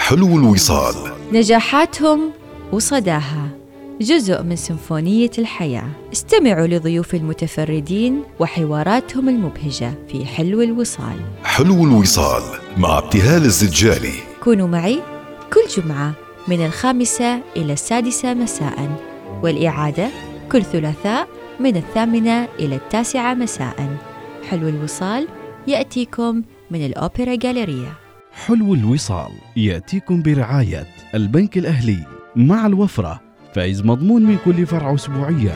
حلو الوصال. نجاحاتهم وصداها جزء من سيمفونية الحياة. استمعوا لضيوف المتفردين وحواراتهم المبهجة في حلو الوصال. حلو الوصال مع ابتهال الزجالي. كونوا معي كل جمعة من 5 إلى 6 مساء، والإعادة كل ثلاثاء من 8 إلى 9 مساء. حلو الوصال يأتيكم من الأوبرا جاليريا. حلو الوصال يأتيكم برعاية البنك الأهلي مع الوفرة، فايز مضمون من كل فرع أسبوعيا.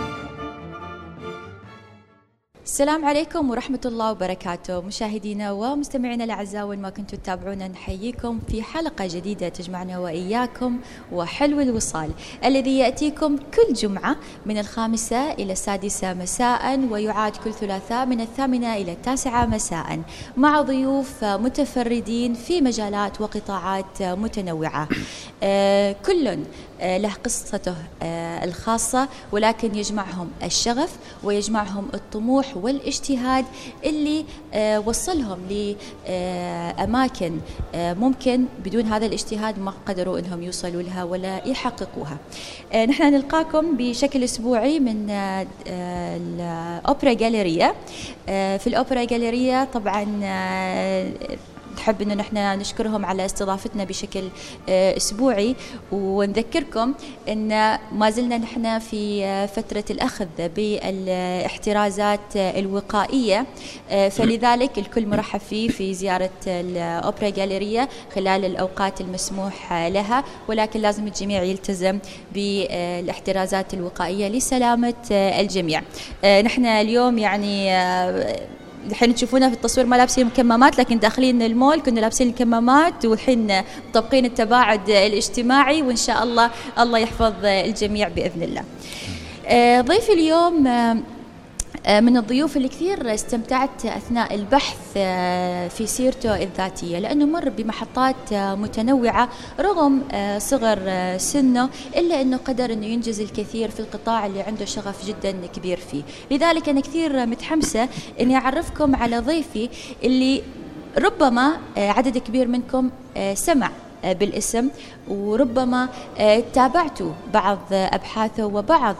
السلام عليكم ورحمة الله وبركاته، مشاهدينا ومستمعينا الأعزاء، وين ما كنتوا تتابعونا نحييكم في حلقة جديدة تجمعنا وإياكم وحلو الوصال الذي يأتيكم كل جمعة من 5 إلى 6 مساء، ويعاد كل ثلاثاء من 8 إلى 9 مساء، مع ضيوف متفردين في مجالات وقطاعات متنوعة. كل له قصته الخاصة، ولكن يجمعهم الشغف ويجمعهم الطموح والاجتهاد اللي وصلهم لأماكن ممكن بدون هذا الاجتهاد ما قدروا أنهم يوصلوا لها ولا يحققوها. نحن نلقاكم بشكل أسبوعي من الأوبرا جاليريا. في الأوبرا جاليريا طبعا نحب أنه نحن نشكرهم على استضافتنا بشكل أسبوعي، ونذكركم أن ما زلنا نحن في فترة الأخذ بالاحترازات الوقائية، فلذلك الكل مرحب فيه في زيارة الأوبرا جاليريا خلال الأوقات المسموح لها، ولكن لازم الجميع يلتزم بالاحترازات الوقائية لسلامة الجميع. نحن اليوم يعني الحين تشوفونا في التصوير ما لابسين كمامات، لكن داخلين المول كنا لابسين الكمامات، والحين مطبقين التباعد الاجتماعي، وإن شاء الله الله يحفظ الجميع بإذن الله. ضيفي اليوم من الضيوف اللي كثير استمتعت أثناء البحث في سيرته الذاتية، لأنه مر بمحطات متنوعة رغم صغر سنه، إلا أنه قدر أنه ينجز الكثير في القطاع اللي عنده شغف جدا كبير فيه. لذلك أنا كثير متحمسة أني أعرفكم على ضيفي اللي ربما عدد كبير منكم سمع بالاسم، وربما تابعتوا بعض أبحاثه وبعض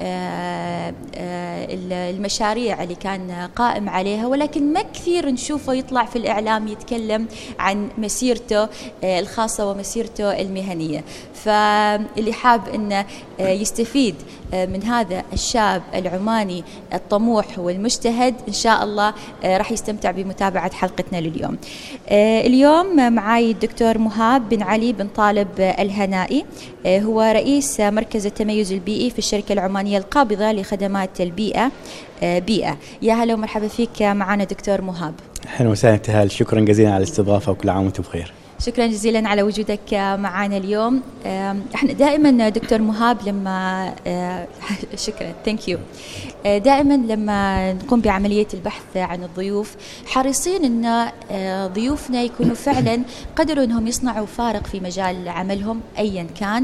المشاريع اللي كان قائم عليها، ولكن ما كثير نشوفه يطلع في الإعلام يتكلم عن مسيرته الخاصة ومسيرته المهنية. فاللي حاب أنه يستفيد من هذا الشاب العماني الطموح والمجتهد إن شاء الله راح يستمتع بمتابعة حلقتنا لليوم. اليوم معاي الدكتور مهاب بن علي بن طالب الهنائي، هو رئيس مركز التميز البيئي في الشركة العمانية القابضة لخدمات البيئة بيئة. يا هلا ومرحبا فيك معنا دكتور مهاب. أهلا وسهلا ابتهال، شكرا جزيلا على الاستضافة وكل عام وانتم بخير. شكرا جزيلا على وجودك معنا اليوم. احنا دائما دكتور مهاب لما شكرا ثانك يو، دائما لما نقوم بعملية البحث عن الضيوف حريصين ان ضيوفنا يكونوا فعلا قدروا انهم يصنعوا فارق في مجال عملهم ايا كان.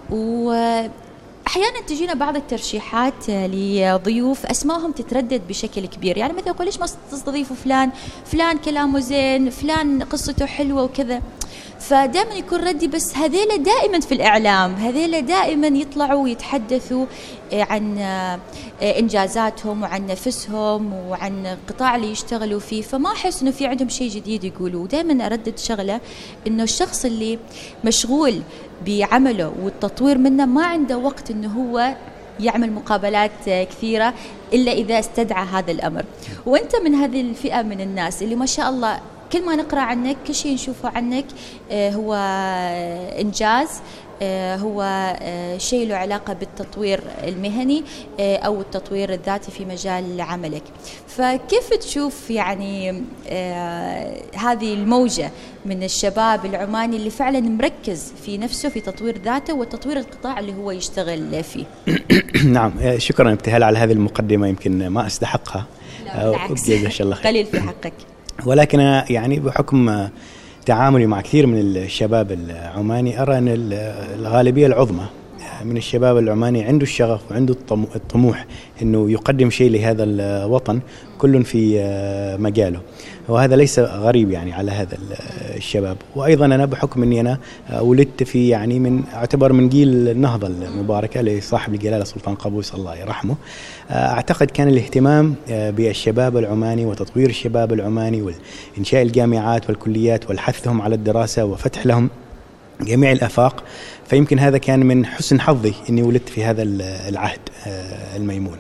أحيانا تجينا بعض الترشيحات لضيوف أسمائهم تتردد بشكل كبير، يعني مثلا يقول ليش ما تستضيفوا فلان كلامه زين، فلان قصته حلوة وكذا. فدائما يكون ردي بس هذيلا دائما في الإعلام، هذيلا دائما يطلعوا ويتحدثوا عن إنجازاتهم وعن نفسهم وعن القطاع اللي يشتغلوا فيه، فما أحس إنه في عندهم شيء جديد يقولوا. دائما أردد شغلة إنه الشخص اللي مشغول بعمله والتطوير منه ما عنده وقت إنه هو يعمل مقابلات كثيرة إلا إذا استدعى هذا الأمر. وأنت من هذه الفئة من الناس اللي ما شاء الله كل ما نقرأ عنك كل شيء نشوفه عنك هو إنجاز، هو شيء له علاقة بالتطوير المهني أو التطوير الذاتي في مجال عملك. فكيف تشوف يعني هذه الموجة من الشباب العماني اللي فعلا مركز في نفسه في تطوير ذاته وتطوير القطاع اللي هو يشتغل فيه؟ نعم، شكرا ابتهال على هذه المقدمة، يمكن ما أستحقها. لا بالعكس، قليل في حقك. ولكن يعني بحكم تعاملي مع كثير من الشباب العماني أرى أن الغالبية العظمى من الشباب العماني عنده الشغف وعنده الطموح إنه يقدم شيء لهذا الوطن، كل في مجاله، وهذا ليس غريب يعني على هذا الشباب. وأيضا أنا بحكم أني أنا ولدت في يعني أعتبر من جيل النهضة المباركة لصاحب الجلالة السلطان قابوس الله يرحمه. أعتقد كان الاهتمام بالشباب العماني وتطوير الشباب العماني وإنشاء الجامعات والكليات والحثهم على الدراسة وفتح لهم جميع الآفاق، فيمكن هذا كان من حسن حظي أني ولدت في هذا العهد الميمون.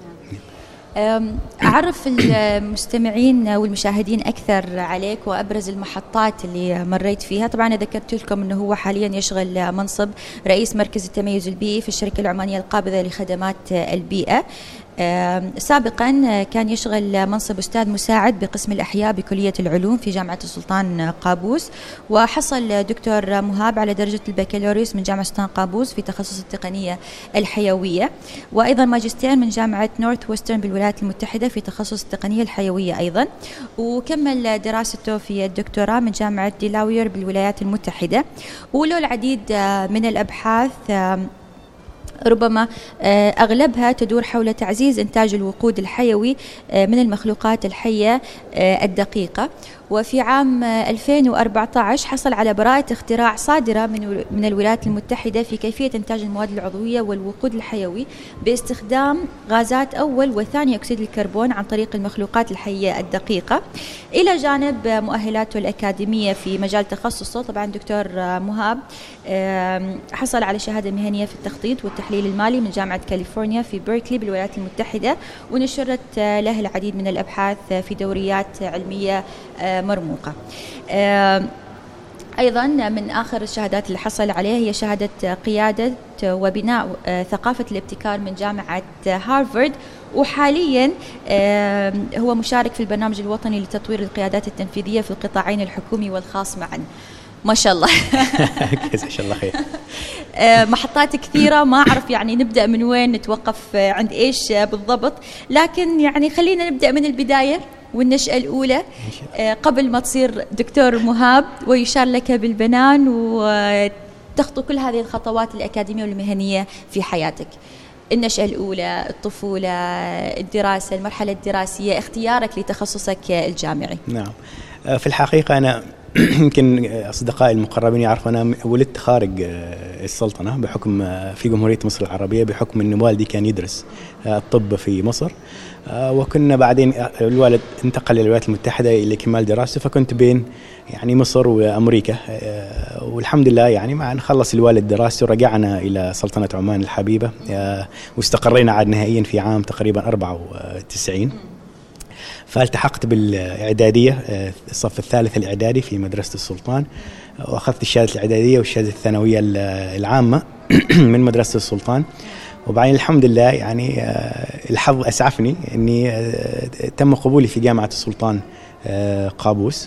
أعرف المستمعين والمشاهدين أكثر عليك وأبرز المحطات اللي مريت فيها. طبعا ذكرت لكم أنه هو حاليا يشغل منصب رئيس مركز التميز البيئي في الشركة العمانية القابضة لخدمات البيئة. سابقا كان يشغل منصب أستاذ مساعد بقسم الأحياء بكلية العلوم في جامعة السلطان قابوس، وحصل دكتور مهاب على درجة البكالوريوس من جامعة السلطان قابوس في تخصص التقنية الحيوية، وأيضا ماجستير من جامعة نورث ويسترن بالولايات المتحدة في تخصص التقنية الحيوية أيضا، وكمل دراسته في الدكتوراه من جامعة ديلاوير بالولايات المتحدة، وله العديد من الأبحاث ربما أغلبها تدور حول تعزيز إنتاج الوقود الحيوي من المخلوقات الحية الدقيقة. وفي عام 2014 حصل على براءة اختراع صادرة من الولايات المتحدة في كيفية إنتاج المواد العضوية والوقود الحيوي باستخدام غازات أول وثاني أكسيد الكربون عن طريق المخلوقات الحية الدقيقة، إلى جانب مؤهلاته الأكاديمية في مجال تخصصه. طبعا دكتور مهاب حصل على شهادة مهنية في التخطيط والتحليل المالي من جامعة كاليفورنيا في بيركلي بالولايات المتحدة، ونشرت له العديد من الأبحاث في دوريات علمية مرموقة. أيضا من آخر الشهادات اللي حصل عليها هي شهادة قيادة وبناء ثقافة الابتكار من جامعة هارفارد، وحاليا هو مشارك في البرنامج الوطني لتطوير القيادات التنفيذية في القطاعين الحكومي والخاص معا. ما شاء الله. إن شاء الله خير. محطات كثيرة، ما أعرف يعني نبدأ من وين نتوقف عند إيش بالضبط، لكن يعني خلينا نبدأ من البداية والنشأة الأولى قبل ما تصير دكتور مهاب ويشار لك بالبنان وتخطو كل هذه الخطوات الأكاديمية والمهنية في حياتك. النشأة الأولى، الطفولة، الدراسة، المرحلة الدراسية، اختيارك لتخصصك الجامعي. نعم، في الحقيقة أنا يمكن أصدقائي المقربين يعرفوا أنا ولدت خارج السلطنة بحكم في جمهورية مصر العربية، بحكم أن والدي كان يدرس الطب في مصر، وكنا بعدين الوالد انتقل للولايات المتحدة لكمال دراسته، فكنت بين يعني مصر وأمريكا، والحمد لله يعني مع نخلص الوالد دراسته رجعنا إلى سلطنة عمان الحبيبة، واستقرينا عاد نهائيا في عام تقريبا 94. فالتحقت بالإعدادية الصف الثالث الإعدادي في مدرسة السلطان، وأخذت الشهادة الإعدادية والشهادة الثانوية العامة من مدرسة السلطان. وبعدين الحمد لله يعني الحظ أسعفني أني تم قبولي في جامعة السلطان قابوس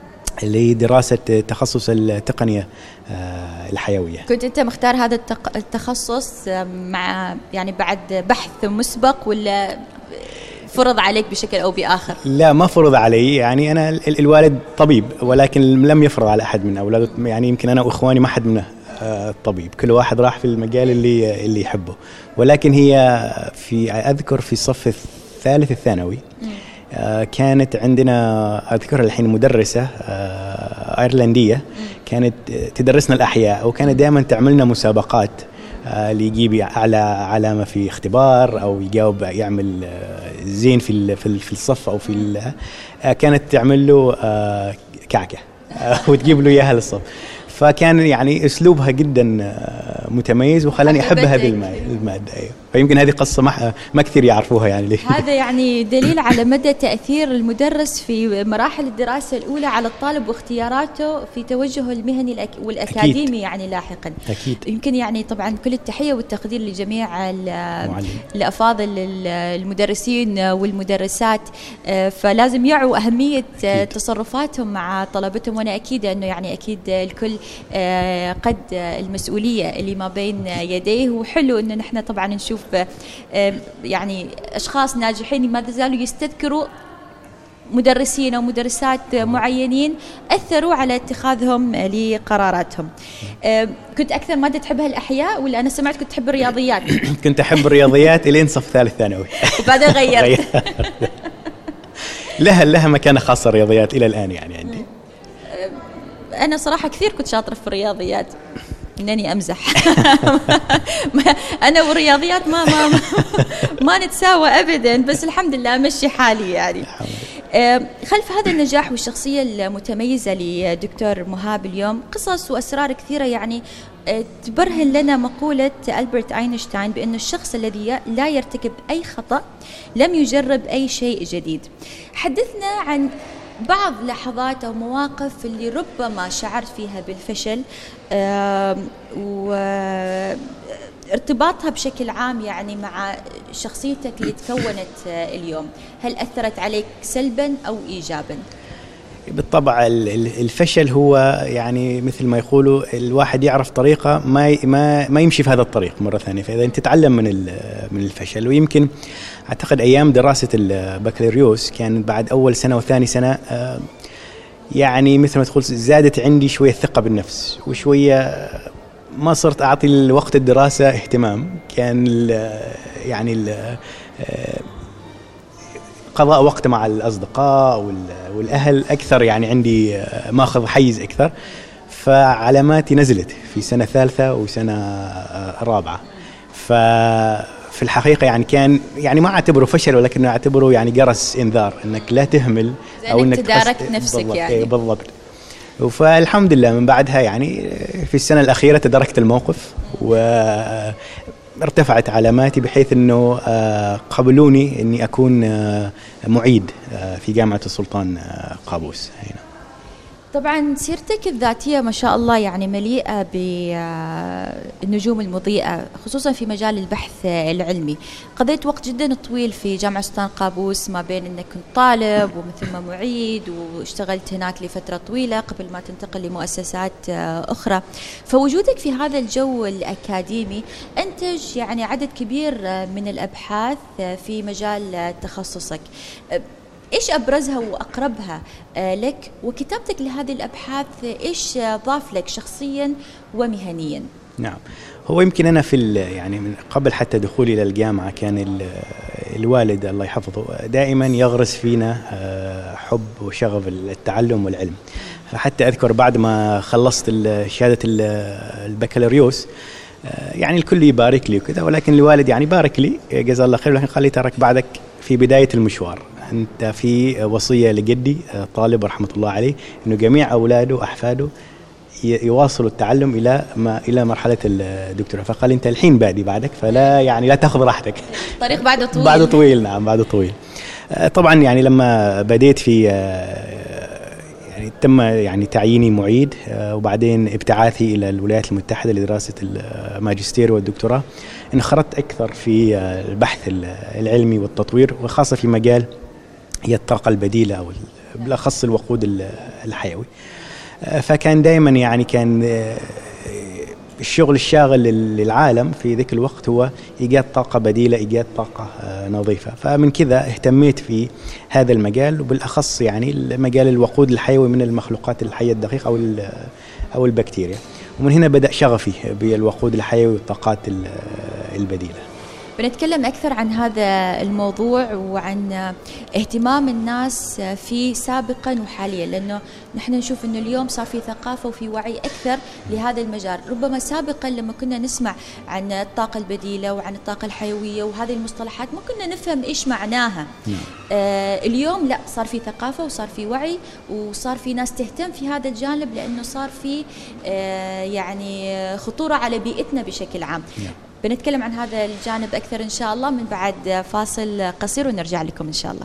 لدراسة تخصص التقنية الحيوية. كنت أنت مختار هذا التخصص مع يعني بعد بحث مسبق، ولا فرض عليك بشكل أو بآخر؟ لا، ما فرض علي، يعني أنا الوالد طبيب ولكن لم يفرض على أحد من أولاده، يعني يمكن أنا وإخواني ما حد منه طبيب، كل واحد راح في المجال اللي يحبه. ولكن هي في أذكر في الصف الثالث الثانوي كانت عندنا أذكر الحين مدرسة أيرلندية كانت تدرسنا الأحياء، وكانت دائما تعملنا مسابقات اللي يجيب أعلى علامة في اختبار أو يجاوب يعمل زين في الصف أو في كانت تعمل له كعكة وتجيب له إياها للصف. فكان يعني أسلوبها جدا متميز وخلاني أحب هذه المادة. أيوة. فيمكن هذه قصة ما كثير يعرفوها يعني ليه. هذا يعني دليل على مدى تأثير المدرس في مراحل الدراسة الأولى على الطالب واختياراته في توجهه المهني والأكاديمي. أكيد. يعني لاحقا أكيد. يمكن يعني طبعا كل التحية والتقدير لجميع الأفاضل المدرسين والمدرسات، فلازم يعوا أهمية تصرفاتهم مع طلبتهم، وأنا أكيد أنه يعني أكيد الكل قد المسؤولية اللي ما بين يديه، وحلو أنه نحن طبعا نشوف يعني أشخاص ناجحين ما زالوا يستذكروا مدرسين أو مدرسات معينين أثروا على اتخاذهم لقراراتهم. كنت أكثر مادة تحبها الأحياء، ولا أنا سمعت كنت تحب الرياضيات؟ كنت أحب الرياضيات إلين صف ثالث ثانوي وبعدين غيرت. لها مكانة خاصة الرياضيات إلى الآن يعني عندي. أنا صراحة كثير كنت شاطرة في الرياضيات، إنني أمزح. أنا والرياضيات ما نتساوى أبدا، بس الحمد لله أمشي حالي يعني. خلف هذا النجاح والشخصية المتميزة لدكتور مهاب اليوم قصص وأسرار كثيرة يعني تبرهن لنا مقولة ألبرت أينشتاين بأن الشخص الذي لا يرتكب أي خطأ لم يجرب أي شيء جديد. حدثنا عن بعض لحظات أو مواقف اللي ربما شعرت فيها بالفشل وارتباطها بشكل عام يعني مع شخصيتك اللي تكونت اليوم. هل أثرت عليك سلبا أو إيجابا؟ بالطبع الفشل هو يعني مثل ما يقولوا الواحد يعرف طريقة ما يمشي في هذا الطريق مرة ثانية، فإذا أنت تتعلم من الفشل. ويمكن أعتقد أيام دراسة البكالوريوس كان بعد أول سنة وثاني سنة يعني مثل ما تقول زادت عندي شوية ثقة بالنفس، وشوية ما صرت أعطي وقت الدراسة اهتمام. كان يعني قضاء وقت مع الأصدقاء والأهل أكثر، يعني عندي ماخذ حيز أكثر. فعلاماتي نزلت في سنة ثالثة وسنة رابعة. ففي الحقيقة يعني كان يعني ما أعتبره فشل، ولكن أعتبره يعني جرس إنذار إنك لا تهمل أو إنك تدارك نفسك يعني. بالضبط. فالحمد لله من بعدها يعني في السنة الأخيرة تداركت الموقف وارتفعت علاماتي بحيث أنه قبلوني أني أكون معيد في جامعة السلطان قابوس هنا. طبعا سيرتك الذاتية ما شاء الله يعني مليئة بالنجوم المضيئة، خصوصا في مجال البحث العلمي. قضيت وقت جدا طويل في جامعة السلطان قابوس، ما بين أنك كنت طالب ومثل ما معيد، واشتغلت هناك لفترة طويلة قبل ما تنتقل لمؤسسات أخرى. فوجودك في هذا الجو الأكاديمي أنتج يعني عدد كبير من الأبحاث في مجال تخصصك. إيش أبرزها وأقربها لك؟ وكتابتك لهذه الأبحاث إيش ضاف لك شخصيا ومهنيا؟ نعم، هو يمكن أنا يعني من قبل حتى دخولي إلى الجامعة كان الوالد الله يحفظه دائما يغرس فينا حب وشغف التعلم والعلم. فحتى أذكر بعد ما خلصت شهادة البكالوريوس يعني الكل يبارك لي وكذا، ولكن الوالد يعني بارك لي جزاه الله خير، ولكن قال لي ترك بعدك في بداية المشوار أنت في وصية لجدي طالب رحمة الله عليه إنه جميع أولاده وأحفاده يواصلوا التعلم إلى مرحلة الدكتوراه. فقال أنت الحين بادي بعدك، فلا يعني لا تأخذ راحتك، طريق بعده طويل. بعده طويل. نعم بعده طويل. طبعا يعني لما بديت في يعني تم يعني تعييني معيد، وبعدين ابتعاثي إلى الولايات المتحدة لدراسة الماجستير والدكتوراه، انخرطت أكثر في البحث العلمي والتطوير، وخاصة في مجال هي الطاقة البديلة أو بالأخص الوقود الحيوي. فكان دائما يعني كان الشغل الشاغل للعالم في ذيك الوقت هو إيجاد طاقة بديلة، إيجاد طاقة نظيفة. فمن كذا اهتميت في هذا المجال، وبالأخص يعني مجال الوقود الحيوي من المخلوقات الحية الدقيقة أو البكتيريا. ومن هنا بدأ شغفي بالوقود الحيوي والطاقات البديلة. بنتكلم أكثر عن هذا الموضوع وعن اهتمام الناس فيه سابقا وحاليا، لأنه نحن نشوف أنه اليوم صار في ثقافة وفي وعي أكثر لهذا المجال. ربما سابقا لما كنا نسمع عن الطاقة البديلة وعن الطاقة الحيوية وهذه المصطلحات ما كنا نفهم إيش معناها. اليوم لا، صار في ثقافة وصار في وعي وصار في ناس تهتم في هذا الجانب، لأنه صار في يعني خطورة على بيئتنا بشكل عام. بنتكلم عن هذا الجانب أكثر إن شاء الله من بعد فاصل قصير، ونرجع لكم إن شاء الله.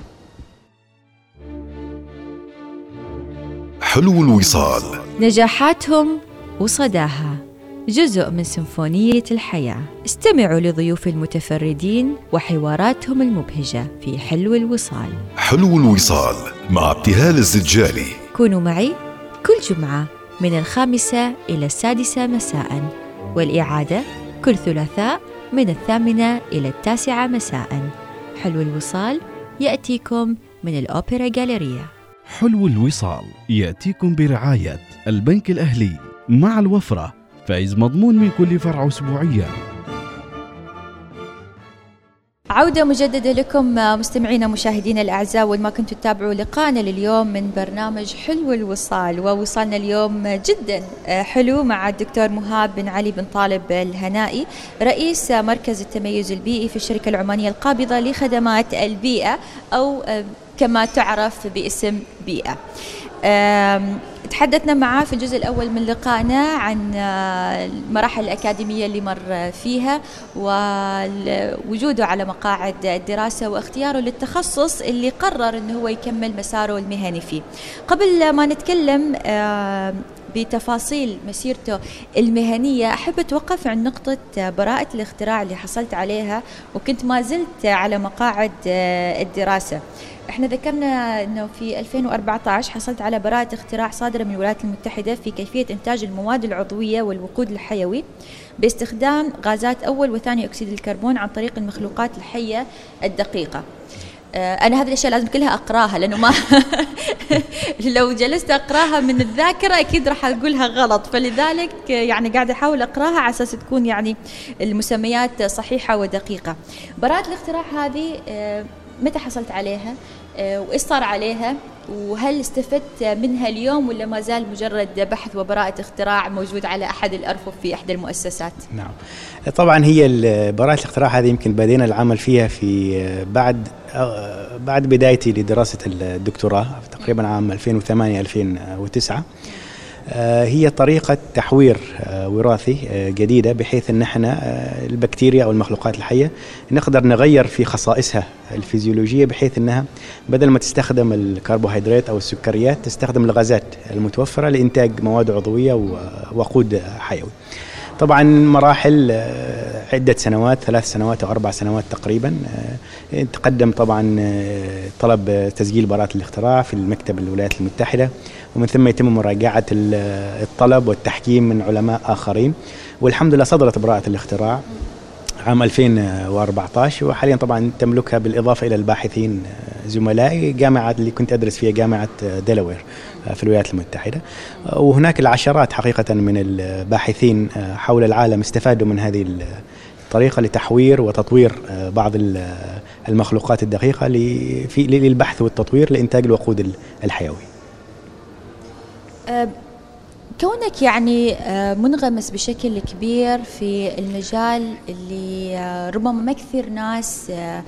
حلو الوصال، نجاحاتهم وصداها جزء من سيمفونية الحياة. استمعوا لضيوف المتفردين وحواراتهم المبهجة في حلو الوصال. حلو الوصال مع ابتهال الزجالي. كونوا معي كل جمعة من 5 إلى 6 مساء، والإعادة كل ثلاثاء من 8 إلى 9 مساء. حلو الوصال يأتيكم من الأوبرا جاليريا. حلو الوصال يأتيكم برعاية البنك الأهلي مع الوفرة، فايز مضمون من كل فرع أسبوعيا. عودة مجددة لكم مستمعينا مشاهدينا الأعزاء، وما كنتوا تتابعوا لقاءنا لليوم من برنامج حلو الوصال. ووصلنا اليوم جدا حلو مع الدكتور مهاب بن علي بن طالب الهنائي، رئيس مركز التميز البيئي في الشركة العمانية القابضة لخدمات البيئة، أو كما تعرف باسم بيئة. تحدثنا معاه في الجزء الأول من لقائنا عن المراحل الأكاديمية اللي مر فيها، ووجوده على مقاعد الدراسة، واختياره للتخصص اللي قرر أنه هو يكمل مساره المهني فيه. قبل ما نتكلم بتفاصيل مسيرته المهنية، أحب أتوقف عند نقطة براءة الاختراع اللي حصلت عليها وكنت ما زلت على مقاعد الدراسة. احنا ذكرنا انه في 2014 حصلت على براءة اختراع صادرة من الولايات المتحدة في كيفية انتاج المواد العضوية والوقود الحيوي باستخدام غازات اول وثاني اكسيد الكربون عن طريق المخلوقات الحية الدقيقة. أنا هذه الأشياء لازم كلها أقراها، لأنه ما لو جلست أقراها من الذاكرة أكيد راح أقولها غلط، فلذلك يعني قاعدة أحاول أقراها على أساس تكون يعني المسميات صحيحة ودقيقة. براءة الاختراع هذه متى حصلت عليها وإيش صار عليها، وهل استفدت منها اليوم ولا ما زال مجرد بحث وبراءة اختراع موجود على أحد الأرفف في إحدى المؤسسات؟ نعم، طبعا هي براءة الاختراع هذه يمكن بدينا العمل فيها في بعد بدايتي لدراسة الدكتوراه تقريبا عام 2008-2009. هي طريقة تحوير وراثي جديدة، بحيث أن احنا البكتيريا أو المخلوقات الحية نقدر نغير في خصائصها الفيزيولوجية، بحيث أنها بدل ما تستخدم الكربوهيدرات أو السكريات تستخدم الغازات المتوفرة لإنتاج مواد عضوية ووقود حيوي. طبعا مراحل عدة سنوات، 3 سنوات أو 4 سنوات تقريبا. تقدم طبعا طلب تسجيل براءة الاختراع في المكتب الولايات المتحدة، ومن ثم يتم مراجعة الطلب والتحكيم من علماء آخرين، والحمد لله صدرت براءة الاختراع عام 2014، وحاليا طبعا تملكها بالإضافة إلى الباحثين زملائي جامعة اللي كنت أدرس فيها، جامعة ديلاوير في الولايات المتحدة. وهناك العشرات حقيقة من الباحثين حول العالم استفادوا من هذه الطريقة لتحوير وتطوير بعض المخلوقات الدقيقة للبحث والتطوير لإنتاج الوقود الحيوي. كونك يعني منغمس بشكل كبير في المجال اللي ربما ما كثير ناس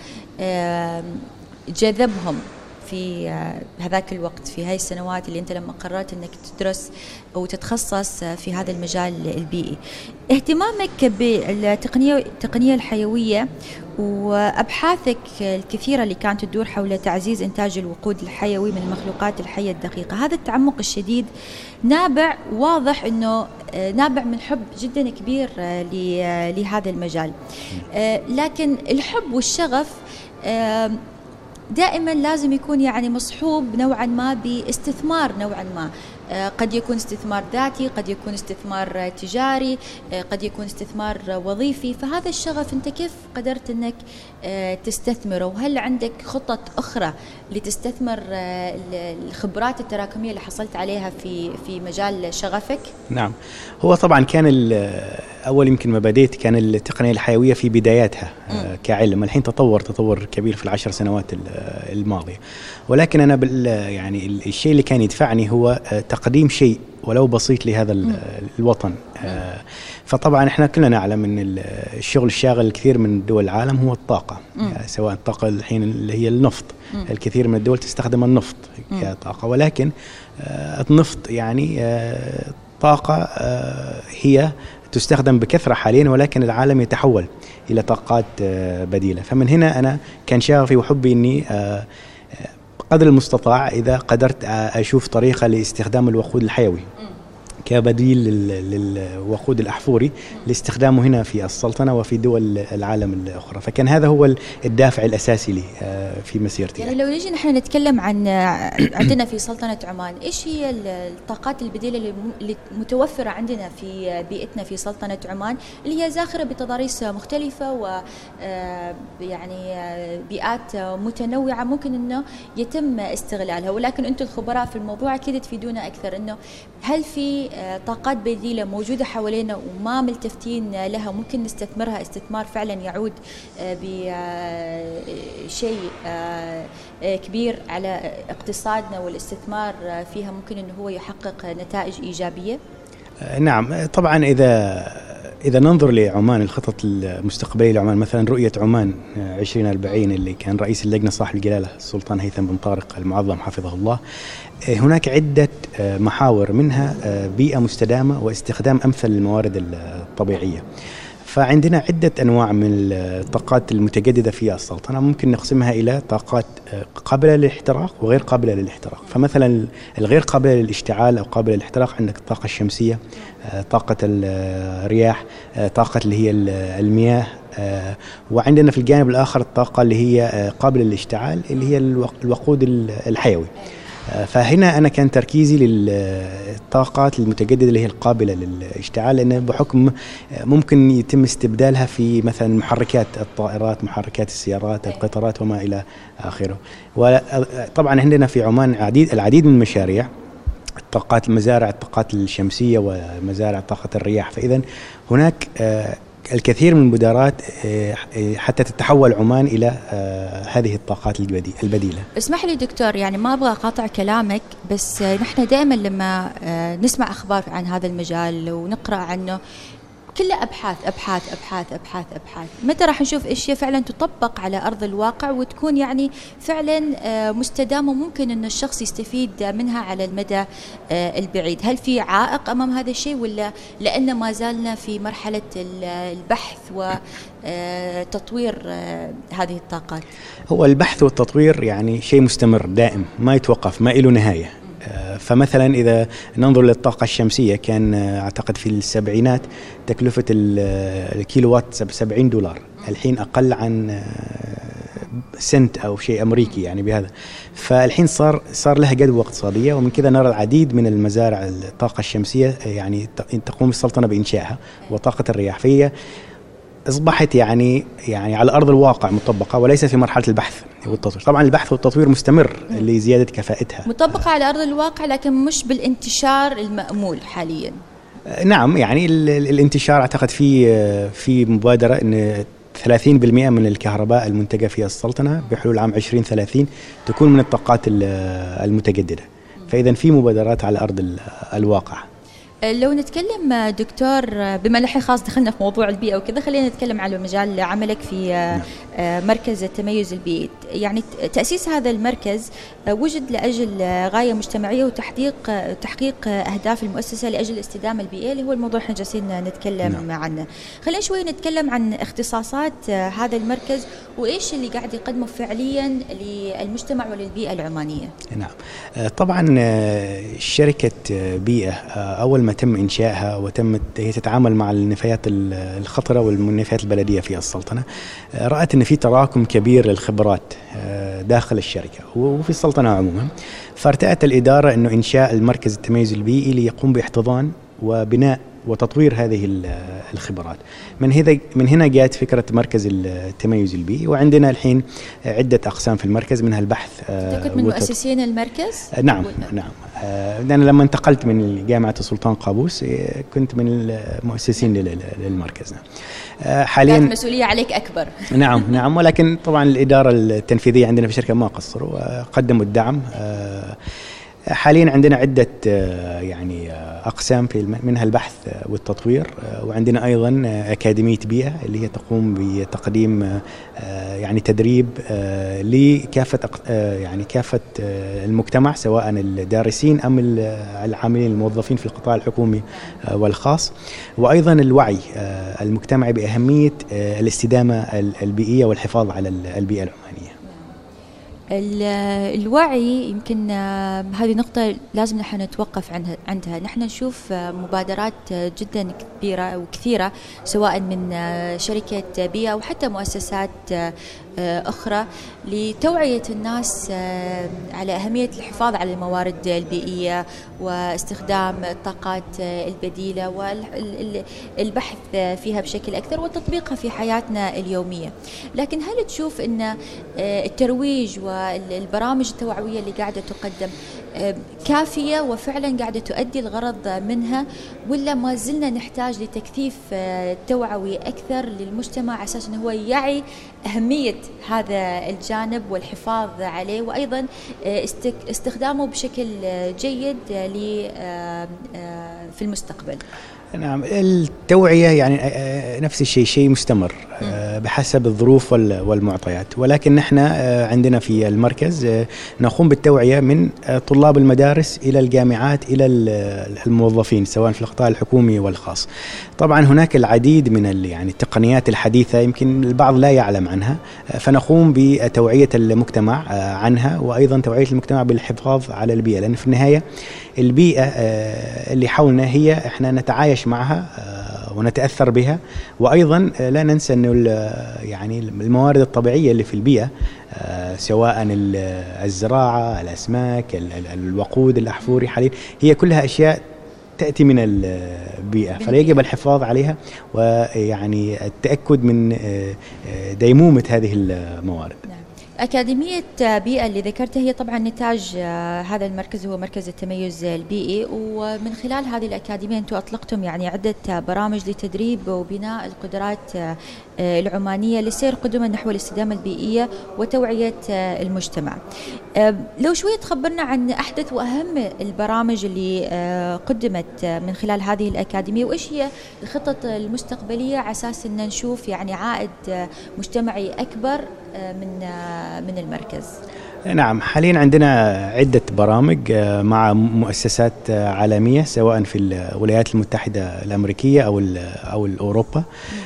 جذبهم في هذاك الوقت، في هاي السنوات اللي انت لما قررت انك تدرس او تتخصص في هذا المجال البيئي، اهتمامك بالتقنية الحيوية وأبحاثك الكثيرة اللي كانت تدور حول تعزيز إنتاج الوقود الحيوي من المخلوقات الحية الدقيقة، هذا التعمق الشديد نابع، واضح أنه نابع من حب جدا كبير لهذا المجال. لكن الحب والشغف دائما لازم يكون يعني مصحوب نوعا ما باستثمار نوعا ما، قد يكون استثمار ذاتي، قد يكون استثمار تجاري، قد يكون استثمار وظيفي. فهذا الشغف انت كيف قدرت انك تستثمره؟ وهل عندك خطط اخرى لتستثمر الخبرات التراكمية اللي حصلت عليها في مجال شغفك؟ نعم، هو طبعا كان أول يمكن ما بديت كان التقنية الحيوية في بداياتها كعلم، الحين تطور كبير في ال10 سنوات الماضية، ولكن أنا يعني الشيء اللي كان يدفعني هو تقديم شيء ولو بسيط لهذا الوطن. فطبعا احنا كلنا نعلم ان الشغل الشاغل الكثير من دول العالم هو الطاقة، سواء الطاقة الحين اللي هي النفط، الكثير من الدول تستخدم النفط كطاقة، ولكن النفط يعني طاقة هي تستخدم بكثرة حاليا، ولكن العالم يتحول إلى طاقات بديلة. فمن هنا أنا كان شغفي وحبي أني قدر المستطاع إذا قدرت أشوف طريقة لاستخدام الوقود الحيوي كبديل للوقود الأحفوري لاستخدامه هنا في السلطنة وفي دول العالم الأخرى. فكان هذا هو الدافع الأساسي لي في مسيرتي. يعني لو نجي نحن نتكلم عن عندنا في سلطنة عمان، إيش هي الطاقات البديلة اللي متوفرة عندنا في بيئتنا في سلطنة عمان، اللي هي زاخرة بتضاريس مختلفة و يعني بيئات متنوعة ممكن إنه يتم استغلالها، ولكن أنتم الخبراء في الموضوع أكيد تفيدونا أكثر، إنه هل في طاقات بديلة موجودة حوالينا وما ملتفتين لها ممكن نستثمرها استثمار فعلا يعود بشيء كبير على اقتصادنا، والاستثمار فيها ممكن إنه هو يحقق نتائج إيجابية؟ نعم طبعا. إذا ننظر لعمان، الخطط المستقبلية لعمان، مثلا رؤية عمان 2040 اللي كان رئيس اللجنة صاحب الجلالة السلطان هيثم بن طارق المعظم حفظه الله، هناك عدة محاور، منها بيئة مستدامة واستخدام أمثل الموارد الطبيعية. فعندنا عدة أنواع من الطاقات المتجددة في السلطنة، ممكن نقسمها إلى طاقات قابلة للاحتراق وغير قابلة للاحتراق. فمثلا الغير قابلة للاشتعال أو قابلة للاحتراق عندك الطاقة الشمسية، طاقة الرياح، طاقة اللي هي المياه، وعندنا في الجانب الآخر الطاقة اللي هي قابلة للاشتعال اللي هي الوقود الحيوي. فهنا أنا كان تركيزي للطاقات المتجددة اللي هي القابلة للاشتعال، لأن بحكم ممكن يتم استبدالها في مثلا محركات الطائرات، محركات السيارات، القطارات وما إلى آخره. وطبعا عندنا في عمان العديد من المشاريع، الطاقات المزارع، الطاقات الشمسية ومزارع طاقة الرياح. فإذا هناك الكثير من المبادرات حتى تتحول عمان إلى هذه الطاقات البديلة. اسمح لي دكتور، يعني ما أبغى أقاطع كلامك، بس نحن دائما لما نسمع أخبار عن هذا المجال ونقرأ عنه كلها أبحاث أبحاث أبحاث أبحاث أبحاث، متى راح نشوف أشياء فعلا تطبق على أرض الواقع وتكون يعني فعلا مستدامة وممكن أن الشخص يستفيد منها على المدى البعيد؟ هل في عائق أمام هذا الشيء، ولا لأن ما زالنا في مرحلة البحث وتطوير هذه الطاقات؟ هو البحث والتطوير يعني شيء مستمر دائم ما يتوقف، ما له نهاية. فمثلا إذا ننظر للطاقة الشمسية، كان أعتقد في السبعينات تكلفة الكيلووات $70، الحين أقل عن سنت أو شيء أمريكي يعني بهذا. فالحين صار لها جدوى اقتصادية، ومن كذا نرى العديد من المزارع الطاقة الشمسية يعني تقوم السلطنة بإنشائها، وطاقة الرياح فهي أصبحت يعني على أرض الواقع مطبقة، وليس في مرحلة البحث والتطوير. طبعا البحث والتطوير مستمر لزيادة كفاءتها، مطبقة على أرض الواقع لكن مش بالانتشار المأمول حاليا. نعم، يعني الانتشار أعتقد في مبادرة أن 30% من الكهرباء المنتجة في السلطنة بحلول عام 2030 تكون من الطاقات المتجددة. فإذا في مبادرات على أرض الواقع. لو نتكلم دكتور، بما الحين خاص دخلنا في موضوع البيئة وكذا، خلينا نتكلم على مجال عملك في مركز التميز البيئي. يعني تأسيس هذا المركز وجد لأجل غاية مجتمعية وتحقيق أهداف المؤسسة لأجل الاستدامة البيئية، اللي هو الموضوع احنا جالسين نتكلم عنه. خلينا شوي نتكلم عن اختصاصات هذا المركز وإيش اللي قاعد يقدمه فعليا للمجتمع وللبيئة العمانية. نعم، طبعا شركة بيئة أول ما تم إنشائها هي تتعامل مع النفايات الخطرة والنفايات البلدية في السلطنة، رأت أن في تراكم كبير للخبرات داخل الشركة وفي السلطنة عموما. فارتأت الإدارة أنه إنشاء المركز التميز البيئي ليقوم باحتضان وبناء وتطوير هذه الخبرات. من هنا جاءت فكرة مركز التميز البيئي، وعندنا الحين عدة أقسام في المركز، منها البحث. كنت من مؤسسين المركز؟ نعم. أنا لما انتقلت من جامعة السلطان قابوس كنت من المؤسسين للمركز. حاليا كانت مسؤولية عليك أكبر. نعم، ولكن طبعا الإدارة التنفيذية عندنا في الشركة ما قصروا وقدموا الدعم. حاليا عندنا عدة يعني أقسام منها البحث والتطوير، وعندنا أيضا أكاديمية بيئة اللي هي تقوم بتقديم يعني تدريب لكافة كافة المجتمع، سواء الدارسين أم العاملين الموظفين في القطاع الحكومي والخاص، وأيضا الوعي المجتمعي بأهمية الاستدامة البيئية والحفاظ على البيئة العمانية. الوعي يمكن هذه نقطة لازم نحن نتوقف عندها. نحن نشوف مبادرات جدا كبيرة وكثيرة سواء من شركة بيئة أو حتى مؤسسات أخرى لتوعية الناس على أهمية الحفاظ على الموارد البيئية واستخدام الطاقات البديلة والبحث فيها بشكل أكثر وتطبيقها في حياتنا اليومية. لكن هل تشوف أن الترويج والبرامج التوعوية اللي قاعدة تقدم كافية وفعلا قاعدة تؤدي الغرض منها، ولا ما زلنا نحتاج لتكثيف توعوي أكثر للمجتمع على أساس أنه هو يعي أهمية هذا الجانب والحفاظ عليه وأيضا استخدامه بشكل جيد في المستقبل؟ نعم، التوعية يعني نفس الشيء، شيء مستمر بحسب الظروف والمعطيات، ولكن نحن عندنا في المركز نقوم بالتوعية من طلاب المدارس إلى الجامعات إلى الموظفين سواء في القطاع الحكومي والخاص. طبعا هناك العديد من يعني التقنيات الحديثة يمكن البعض لا يعلم عنها، فنقوم بتوعية المجتمع عنها وأيضا توعية المجتمع بالحفاظ على البيئة، لأن في النهاية البيئة اللي حولنا هي احنا نتعايش معها ونتأثر بها، وأيضا لا ننسى أنه يعني الموارد الطبيعية اللي في البيئة سواء الزراعة، الأسماك، الوقود الأحفوري، حليب، هي كلها أشياء تأتي من البيئة، فيجب الحفاظ عليها ويعني التأكد من ديمومة هذه الموارد. أكاديمية بيئة اللي ذكرتها هي طبعا نتاج هذا المركز، هو مركز التميز البيئي، ومن خلال هذه الأكاديمية أنتم أطلقتم يعني عدة برامج لتدريب وبناء القدرات العمانية لسير قدما نحو الاستدامة البيئية وتوعية المجتمع. لو شوية تخبرنا عن أحدث وأهم البرامج اللي قدمت من خلال هذه الأكاديمية، وإيش هي الخطط المستقبلية على أساس أن نشوف يعني عائد مجتمعي أكبر من المركز؟ نعم، حاليا عندنا عدة برامج مع مؤسسات عالمية سواء في الولايات المتحدة الأمريكية أو أوروبا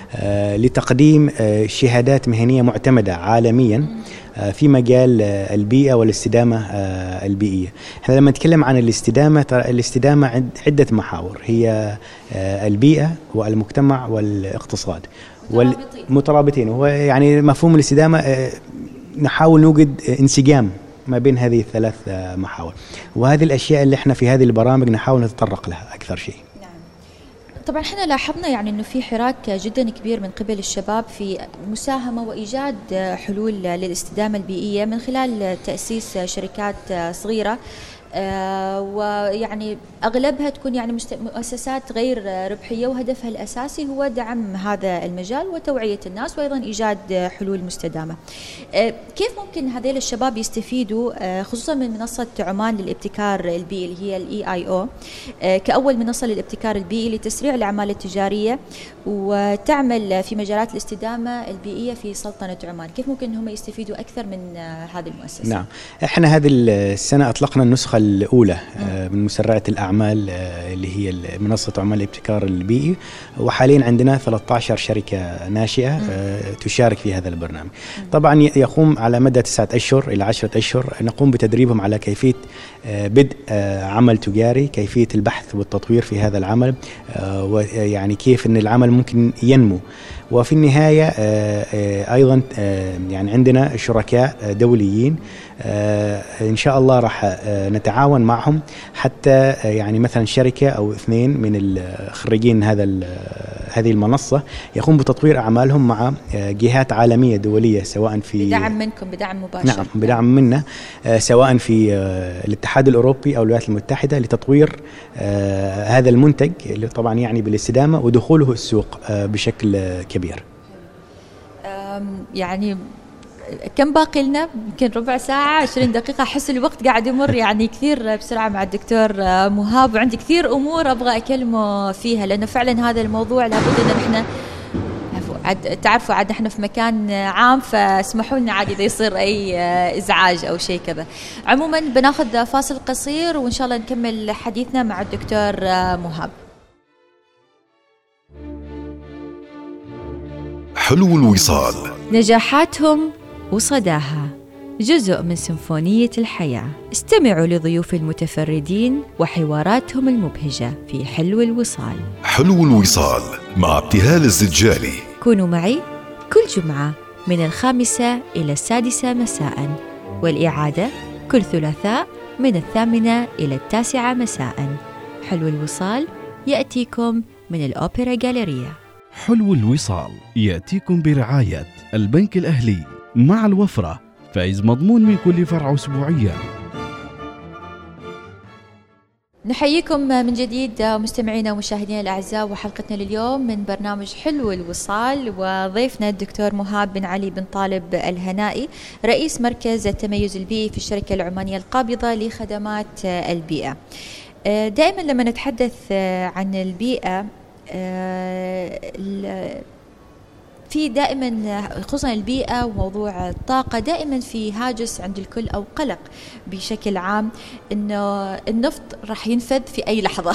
لتقديم شهادات مهنية معتمدة عالميا في مجال البيئة والاستدامة البيئية. احنا لما نتكلم عن الاستدامة عدة محاور، هي البيئة والمجتمع والاقتصاد والمترابطين. وهو يعني مفهوم الاستدامة نحاول نوجد انسجام ما بين هذه الثلاث محاور، وهذه الأشياء اللي احنا في هذه البرامج نحاول نتطرق لها أكثر شيء. طبعا احنا لاحظنا يعني انه في حراك جدا كبير من قبل الشباب في مساهمة وايجاد حلول للاستدامة البيئية من خلال تأسيس شركات صغيرة، ويعني أغلبها تكون يعني مؤسسات غير ربحية، وهدفها الأساسي هو دعم هذا المجال وتوعية الناس وأيضا إيجاد حلول مستدامة. كيف ممكن هذيل الشباب يستفيدوا خصوصا من منصة عمان للابتكار البيئي اللي هي الEIO كأول منصة للابتكار البيئي لتسريع الأعمال التجارية وتعمل في مجالات الاستدامة البيئية في سلطنة عمان؟ كيف ممكن هم يستفيدوا أكثر من هذه المؤسسة؟ نعم، احنا هذه السنة أطلقنا النسخة الأولى من مسرعة الأعمال اللي هي منصة عمان للابتكار البيئي، وحاليا عندنا 13 شركة ناشئة تشارك في هذا البرنامج. طبعا يقوم على مدى 9 أشهر إلى 10 أشهر نقوم بتدريبهم على كيفية بدء عمل تجاري، كيفية البحث والتطوير في هذا العمل، ويعني كيف أن العمل ممكن ينمو. وفي النهاية أيضا يعني عندنا شركاء دوليين إن شاء الله راح نتعاون معهم، حتى يعني مثلا شركة أو اثنين من الخريجين هذه المنصة يقوم بتطوير أعمالهم مع جهات عالمية دولية، سواء في بدعم منكم، بدعم مباشر. نعم، بدعم منا، سواء في الاتحاد الأوروبي أو الولايات المتحدة لتطوير هذا المنتج اللي طبعا يعني بالاستدامة ودخوله السوق بشكل كبير. يعني كم باقي لنا؟ يمكن ربع ساعة 20 دقيقة. أحس الوقت قاعد يمر يعني كثير بسرعة مع الدكتور مهاب، وعندي كثير أمور أبغى أكلمه فيها، لأنه فعلا هذا الموضوع لابد أن احنا تعرفوا عاد احنا في مكان عام، فاسمحوا لنا عاد إذا يصير أي إزعاج أو شيء كذا. عموما بناخذ فاصل قصير وإن شاء الله نكمل حديثنا مع الدكتور مهاب. حلو الوصال، نجاحاتهم وصداها جزء من سيمفونية الحياة. استمعوا لضيوف المتفردين وحواراتهم المبهجة في حلو الوصال. حلو الوصال مع ابتهال الزجالي. كونوا معي كل جمعة من 5 إلى 6 مساء، والإعادة كل ثلاثاء من 8 إلى 9 مساء. حلو الوصال يأتيكم من الأوبرا غاليريا. حلو الوصال يأتيكم برعاية البنك الأهلي مع الوفرة، فائز مضمون من كل فرع أسبوعيا. نحييكم من جديد مستمعينا ومشاهدينا الأعزاء، وحلقتنا لليوم من برنامج حلو الوصال، وضيفنا الدكتور مهاب بن علي بن طالب الهنائي، رئيس مركز التميز البيئي في الشركة العمانية القابضة لخدمات البيئة. دائما لما نتحدث عن البيئة في دائما خصوصا البيئة وموضوع الطاقة دائما في هاجس عند الكل أو قلق بشكل عام إنه النفط راح ينفذ في أي لحظة.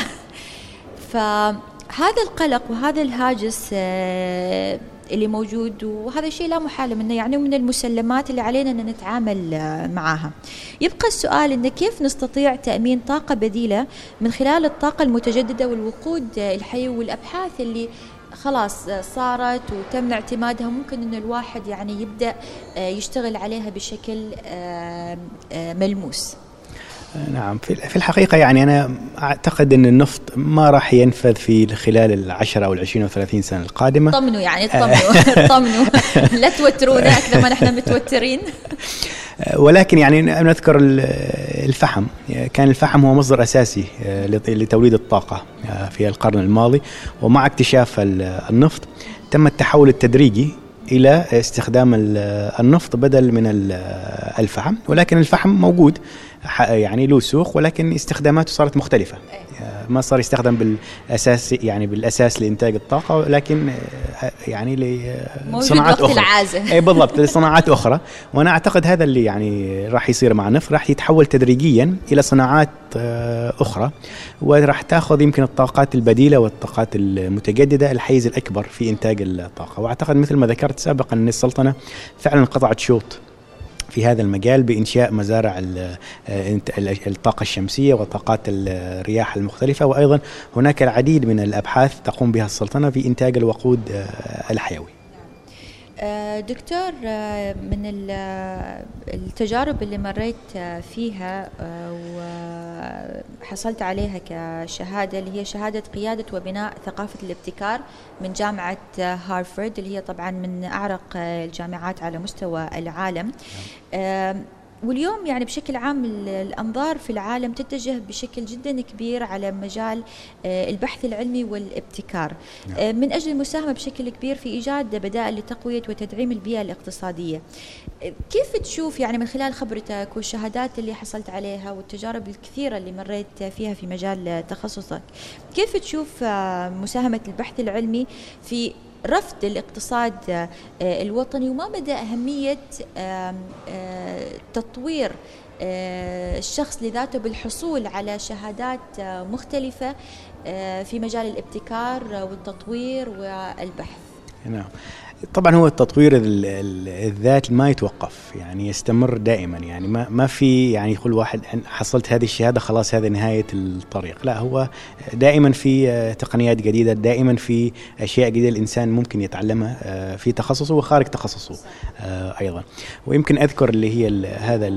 فهذا القلق وهذا الهاجس اللي موجود، وهذا الشيء لا محالة منه، يعني من المسلمات اللي علينا أن نتعامل معها. يبقى السؤال إن كيف نستطيع تأمين طاقة بديلة من خلال الطاقة المتجددة والوقود الحيوي والأبحاث اللي خلاص صارت وتم اعتمادها، ممكن أن الواحد يعني يبدأ يشتغل عليها بشكل ملموس. نعم، في الحقيقة يعني أنا أعتقد أن النفط ما راح ينفذ في خلال 10 أو 20 أو 30 سنة القادمة. طمنوا يعني طمنوا لا توترونا أكثر ما نحن متوترين. ولكن يعني نذكر الفحم. كان الفحم هو مصدر أساسي لتوليد الطاقة في القرن الماضي، ومع اكتشاف النفط تم التحول التدريجي إلى استخدام النفط بدل من الفحم. ولكن الفحم موجود يعني له سوق، ولكن استخداماته صارت مختلفة. ما صار يستخدم بالأساس لإنتاج الطاقة، ولكن يعني لصناعات أخرى. أي بالضبط، لصناعات أخرى. وأنا أعتقد هذا اللي يعني راح يصير مع النفط، راح يتحول تدريجيا إلى صناعات أخرى، وراح تأخذ يمكن الطاقات البديلة والطاقات المتجددة الحيز الأكبر في إنتاج الطاقة. وأعتقد مثل ما ذكرت سابقا أن السلطنة فعلا قطعت شوط في هذا المجال بإنشاء مزارع الطاقة الشمسية وطاقات الرياح المختلفة، وأيضا هناك العديد من الأبحاث تقوم بها السلطنة في إنتاج الوقود الحيوي. دكتور، من التجارب اللي مريت فيها وحصلت عليها كشهادة، اللي هي شهادة قيادة وبناء ثقافة الابتكار من جامعة هارفارد، اللي هي طبعا من أعرق الجامعات على مستوى العالم. واليوم يعني بشكل عام الأنظار في العالم تتجه بشكل جدا كبير على مجال البحث العلمي والابتكار من أجل المساهمة بشكل كبير في إيجاد بدائل لتقوية وتدعيم البيئة الاقتصادية. كيف تشوف يعني من خلال خبرتك والشهادات اللي حصلت عليها والتجارب الكثيرة اللي مريت فيها في مجال تخصصك، كيف تشوف مساهمة البحث العلمي في رفض الاقتصاد الوطني، وما مدى أهمية تطوير الشخص لذاته بالحصول على شهادات مختلفة في مجال الابتكار والتطوير والبحث؟ نعم، طبعا هو التطوير الذات ما يتوقف، يعني يستمر دائما. يعني ما في يعني كل واحد حصلت هذه الشهادة خلاص هذه نهاية الطريق. لا، هو دائما في تقنيات جديدة، دائما في أشياء جديدة الإنسان ممكن يتعلمها في تخصصه وخارج تخصصه أيضا. ويمكن أذكر اللي هي هذا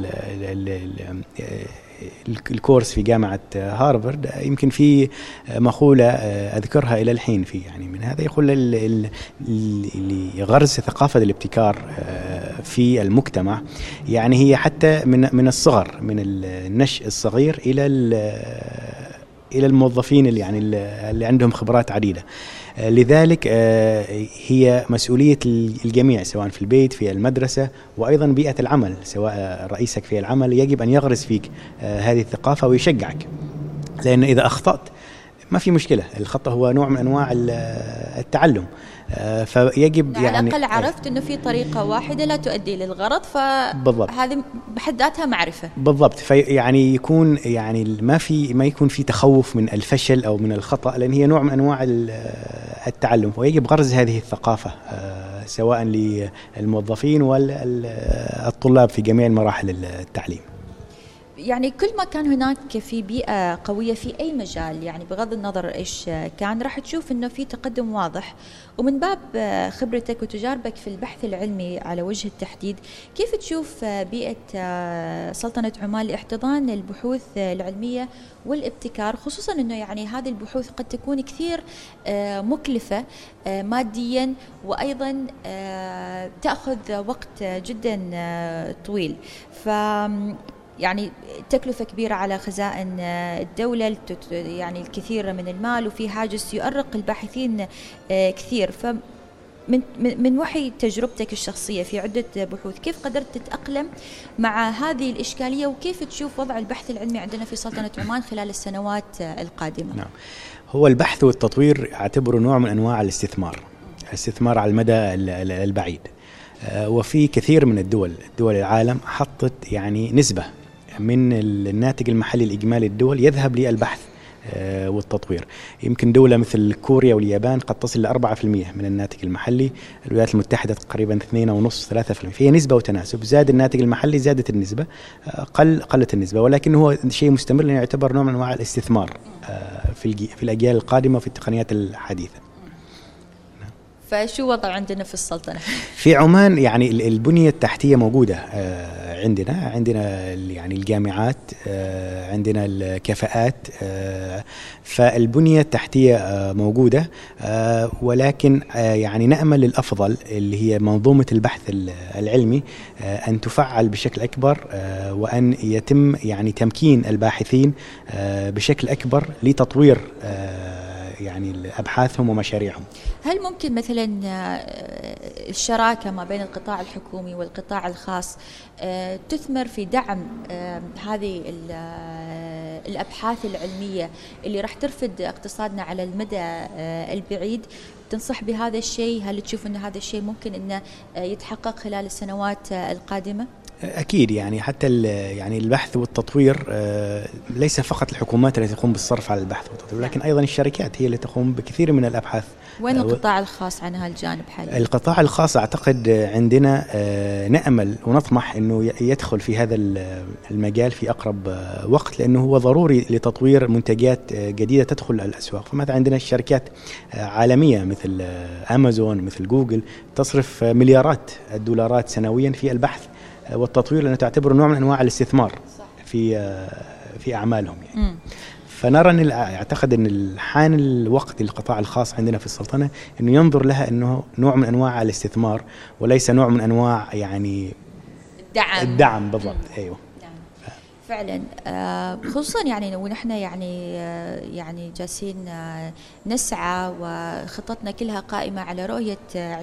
الكورس في جامعة هارفارد، يمكن في مقولة أذكرها إلى الحين في يعني من هذا، يقول اللي غرس ثقافة الابتكار في المجتمع، يعني هي حتى من الصغر، من النشء الصغير إلى الموظفين اللي عندهم خبرات عديدة. لذلك هي مسؤولية الجميع، سواء في البيت، في المدرسة، وأيضا بيئة العمل، سواء رئيسك في العمل يجب أن يغرس فيك هذه الثقافة ويشجعك. لأن إذا أخطأت ما في مشكلة، الخطأ هو نوع من أنواع التعلم. فيجب يعني على الأقل عرفت أنه في طريقة واحدة لا تؤدي للغرض، فهذه بحد ذاتها معرفة. بالضبط. فيعني يكون يعني ما يكون في تخوف من الفشل أو من الخطأ، لأن هي نوع من أنواع التعلم، ويجب غرز هذه الثقافة سواء للموظفين والطلاب في جميع مراحل التعليم. يعني كل ما كان هناك في بيئة قوية في أي مجال، يعني بغض النظر إيش كان، راح تشوف إنه في تقدم واضح. ومن باب خبرتك وتجاربك في البحث العلمي على وجه التحديد، كيف تشوف بيئة سلطنة عمان لاحتضان البحوث العلمية والابتكار، خصوصا إنه يعني هذه البحوث قد تكون كثير مكلفة ماديا، وأيضا تأخذ وقت جدا طويل، يعني تكلفة كبيرة على خزائن الدولة، يعني الكثير من المال، وفي هاجس يؤرق الباحثين كثير. من وحي تجربتك الشخصية في عدة بحوث، كيف قدرت تتأقلم مع هذه الإشكالية، وكيف تشوف وضع البحث العلمي عندنا في سلطنة عمان خلال السنوات القادمة؟ نعم، هو البحث والتطوير اعتبره نوع من أنواع الاستثمار على المدى البعيد. وفي كثير من دول العالم حطت يعني نسبة من الناتج المحلي الإجمالي الدول يذهب للبحث والتطوير. يمكن دولة مثل كوريا واليابان قد تصل ل 4% من الناتج المحلي، الولايات المتحدة تقريبا 2.5-3%. فهي نسبة وتناسب، زاد الناتج المحلي زادت النسبة، قلت النسبة، ولكن هو شيء مستمر لأنه يعتبر نوع من أنواع الاستثمار في الأجيال القادمة وفي التقنيات الحديثة. فشو وضع عندنا في السلطنة؟ في عمان يعني البنية التحتية موجودة عندنا يعني الجامعات، عندنا الكفاءات، فالبنية التحتية موجودة، ولكن يعني نأمل الأفضل اللي هي منظومة البحث العلمي أن تفعل بشكل أكبر، وأن يتم يعني تمكين الباحثين بشكل أكبر لتطوير يعني أبحاثهم ومشاريعهم. هل ممكن مثلا الشراكة ما بين القطاع الحكومي والقطاع الخاص تثمر في دعم هذه الأبحاث العلمية اللي راح ترفد اقتصادنا على المدى البعيد؟ تنصح بهذا الشيء؟ هل تشوف أن هذا الشيء ممكن أنه يتحقق خلال السنوات القادمة؟ أكيد، يعني حتى يعني البحث والتطوير ليس فقط الحكومات التي تقوم بالصرف على البحث والتطوير، لكن أيضا الشركات هي التي تقوم بكثير من الأبحاث. وين القطاع الخاص عن هالجانب حاليا؟ القطاع الخاص أعتقد عندنا نأمل ونطمح أنه يدخل في هذا المجال في أقرب وقت، لأنه هو ضروري لتطوير منتجات جديدة تدخل الأسواق. فمثلا عندنا الشركات عالمية مثل أمازون، مثل جوجل، تصرف مليارات الدولارات سنويا في البحث والتطوير، لأنه تعتبر نوع من أنواع الاستثمار في أعمالهم يعني. فنرى أن أعتقد أن حان الوقت للقطاع الخاص عندنا في السلطنة أنه ينظر لها أنه نوع من أنواع الاستثمار، وليس نوع من أنواع يعني الدعم بالضبط. أيوه فعلا، خصوصا يعني ونحن يعني جالسين نسعى وخطتنا كلها قائمة على رؤية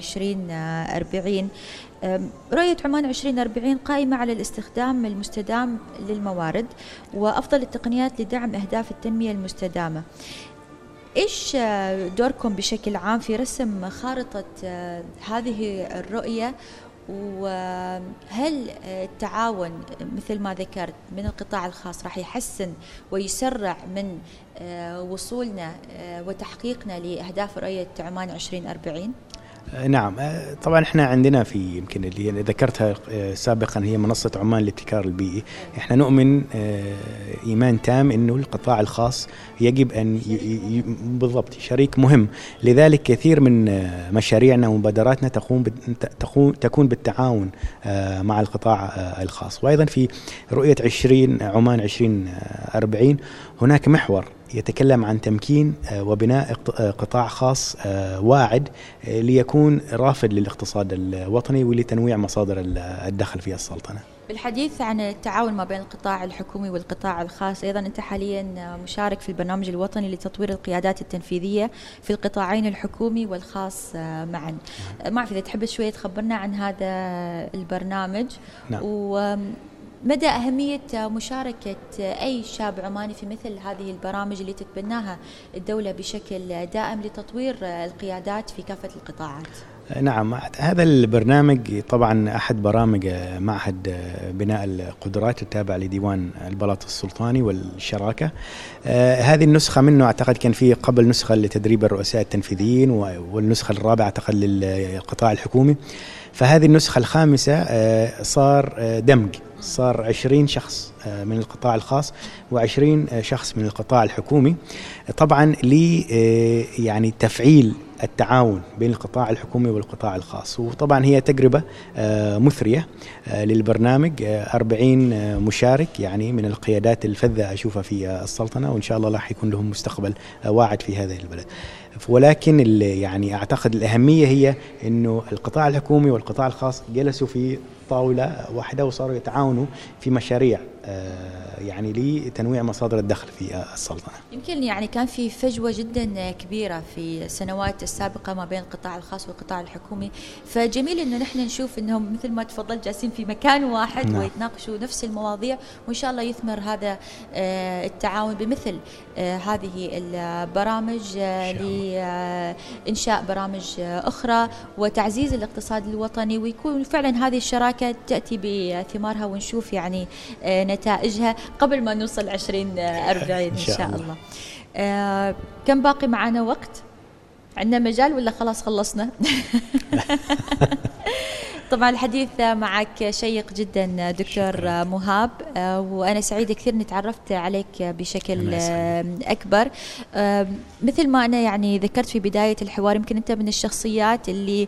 2040. رؤية عمان 2040 قائمة على الاستخدام المستدام للموارد وأفضل التقنيات لدعم أهداف التنمية المستدامة. إيش دوركم بشكل عام في رسم خارطة هذه الرؤية؟ وهل التعاون مثل ما ذكرت من القطاع الخاص راح يحسن ويسرع من وصولنا وتحقيقنا لأهداف رؤية عمان 2040؟ نعم، طبعا احنا عندنا في يمكن اللي ذكرتها سابقا هي منصة عمان للابتكار البيئي. احنا نؤمن ايمان تام انه القطاع الخاص يجب ان بالضبط شريك مهم، لذلك كثير من مشاريعنا ومبادراتنا تكون بالتعاون مع القطاع الخاص. وايضا في رؤية عمان 2040 هناك محور يتكلم عن تمكين وبناء قطاع خاص واعد ليكون رافد للاقتصاد الوطني ولتنويع مصادر الدخل في السلطنة. بالحديث عن التعاون ما بين القطاع الحكومي والقطاع الخاص، أيضا أنت حاليا مشارك في البرنامج الوطني لتطوير القيادات التنفيذية في القطاعين الحكومي والخاص معا. ما أعرف إذا تحب شوية تخبرنا عن هذا البرنامج. نعم. مدى أهمية مشاركة أي شاب عماني في مثل هذه البرامج اللي تتبناها الدولة بشكل دائم لتطوير القيادات في كافة القطاعات؟ نعم، هذا البرنامج طبعا أحد برامج معهد بناء القدرات التابع لديوان البلاط السلطاني والشراكة. هذه النسخة منه أعتقد كان فيه قبل نسخة لتدريب الرؤساء التنفيذيين، والنسخة الرابعة أعتقد للقطاع الحكومي. فهذه النسخة الخامسة صار دمج، صار 20 شخص من القطاع الخاص و20 شخص من القطاع الحكومي، طبعا يعني تفعيل التعاون بين القطاع الحكومي والقطاع الخاص. وطبعا هي تجربة مثرية للبرنامج، 40 مشارك يعني من القيادات الفذة أشوفها في السلطنة، وإن شاء الله راح يكون لهم مستقبل واعد في هذه البلد. ولكن يعني أعتقد الأهمية هي إنه القطاع الحكومي والقطاع الخاص جلسوا في طاولة واحدة وصاروا يتعاونوا في مشاريع يعني لتنويع مصادر الدخل في السلطنة. يمكن يعني كان في فجوة جدا كبيرة في السنوات السابقة ما بين القطاع الخاص والقطاع الحكومي، فجميل انه نحن نشوف انهم مثل ما تفضل جالسين في مكان واحد. نعم. ويتناقشوا نفس المواضيع، وان شاء الله يثمر هذا التعاون بمثل هذه البرامج لإنشاء برامج أخرى وتعزيز الاقتصاد الوطني، ويكون فعلا هذه الشراكة تأتي بثمارها ونشوف يعني نتائجها قبل ما نوصل 2040 إن شاء الله. كم باقي معنا وقت؟ عندنا مجال ولا خلاص خلصنا؟ طبعا الحديث معك شيق جدا دكتور مهاب، وأنا سعيدة كثير إني تعرفت عليك بشكل أكبر. مثل ما أنا يعني ذكرت في بداية الحوار، يمكن أنت من الشخصيات اللي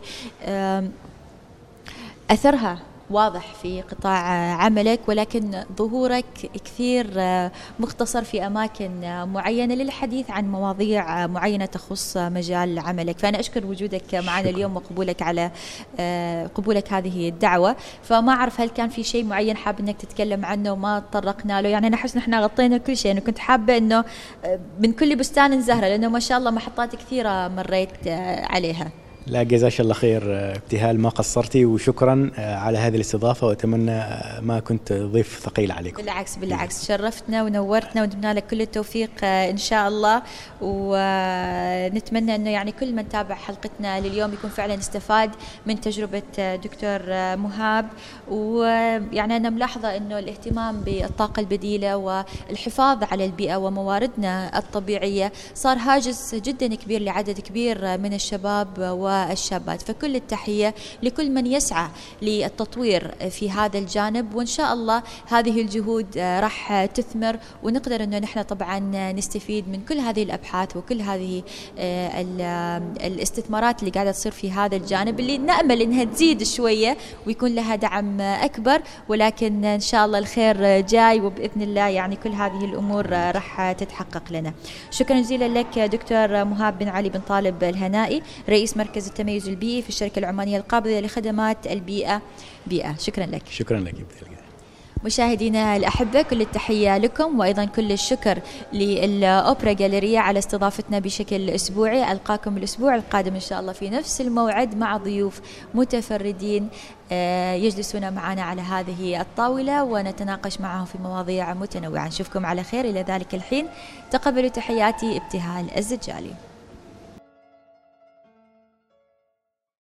أثرها واضح في قطاع عملك، ولكن ظهورك كثير مختصر في أماكن معينة للحديث عن مواضيع معينة تخص مجال عملك. فأنا أشكر وجودك معنا اليوم وقبولك على قبولك هذه الدعوة. فما أعرف هل كان في شيء معين حاب أنك تتكلم عنه وما تطرقنا له؟ يعني أنا أحس نحن غطينا كل شيء. أنا كنت حابة أنه من كل بستان زهرة، لأنه ما شاء الله محطات كثيرة مريت عليها. لا، جزاك الله خير ابتهال، ما قصرتي، وشكرا على هذه الاستضافة، وأتمنى ما كنت ضيف ثقيل عليكم. بالعكس شرفتنا ونورتنا، ونتمنى لك كل التوفيق إن شاء الله. ونتمنى أنه يعني كل من تابع حلقتنا لليوم يكون فعلا استفاد من تجربة دكتور مهاب. ويعني أنا ملاحظة أنه الاهتمام بالطاقة البديلة والحفاظ على البيئة ومواردنا الطبيعية صار هاجس جدا كبير لعدد كبير من الشباب والشابات. فكل التحية لكل من يسعى للتطوير في هذا الجانب، وإن شاء الله هذه الجهود راح تثمر، ونقدر أنه نحن طبعا نستفيد من كل هذه الأبحاث وكل هذه الاستثمارات اللي قاعدة تصير في هذا الجانب، اللي نأمل أنها تزيد شوية ويكون لها دعم أكبر. ولكن إن شاء الله الخير جاي، وبإذن الله يعني كل هذه الأمور راح تتحقق لنا. شكرا جزيلا لك دكتور مهاب بن علي بن طالب الهنائي، رئيس مركز التميز البيئي في الشركة العمانية القابضة لخدمات البيئة بيئة. شكرا لك. شكرا لك. مشاهدينا الأحبة، كل التحية لكم، وأيضا كل الشكر للأوبرا جاليريا على استضافتنا بشكل أسبوعي. ألقاكم الأسبوع القادم إن شاء الله في نفس الموعد مع ضيوف متفردين يجلسون معنا على هذه الطاولة ونتناقش معهم في مواضيع متنوعة. نشوفكم على خير. إلى ذلك الحين تقبلوا تحياتي ابتهال الزجالي.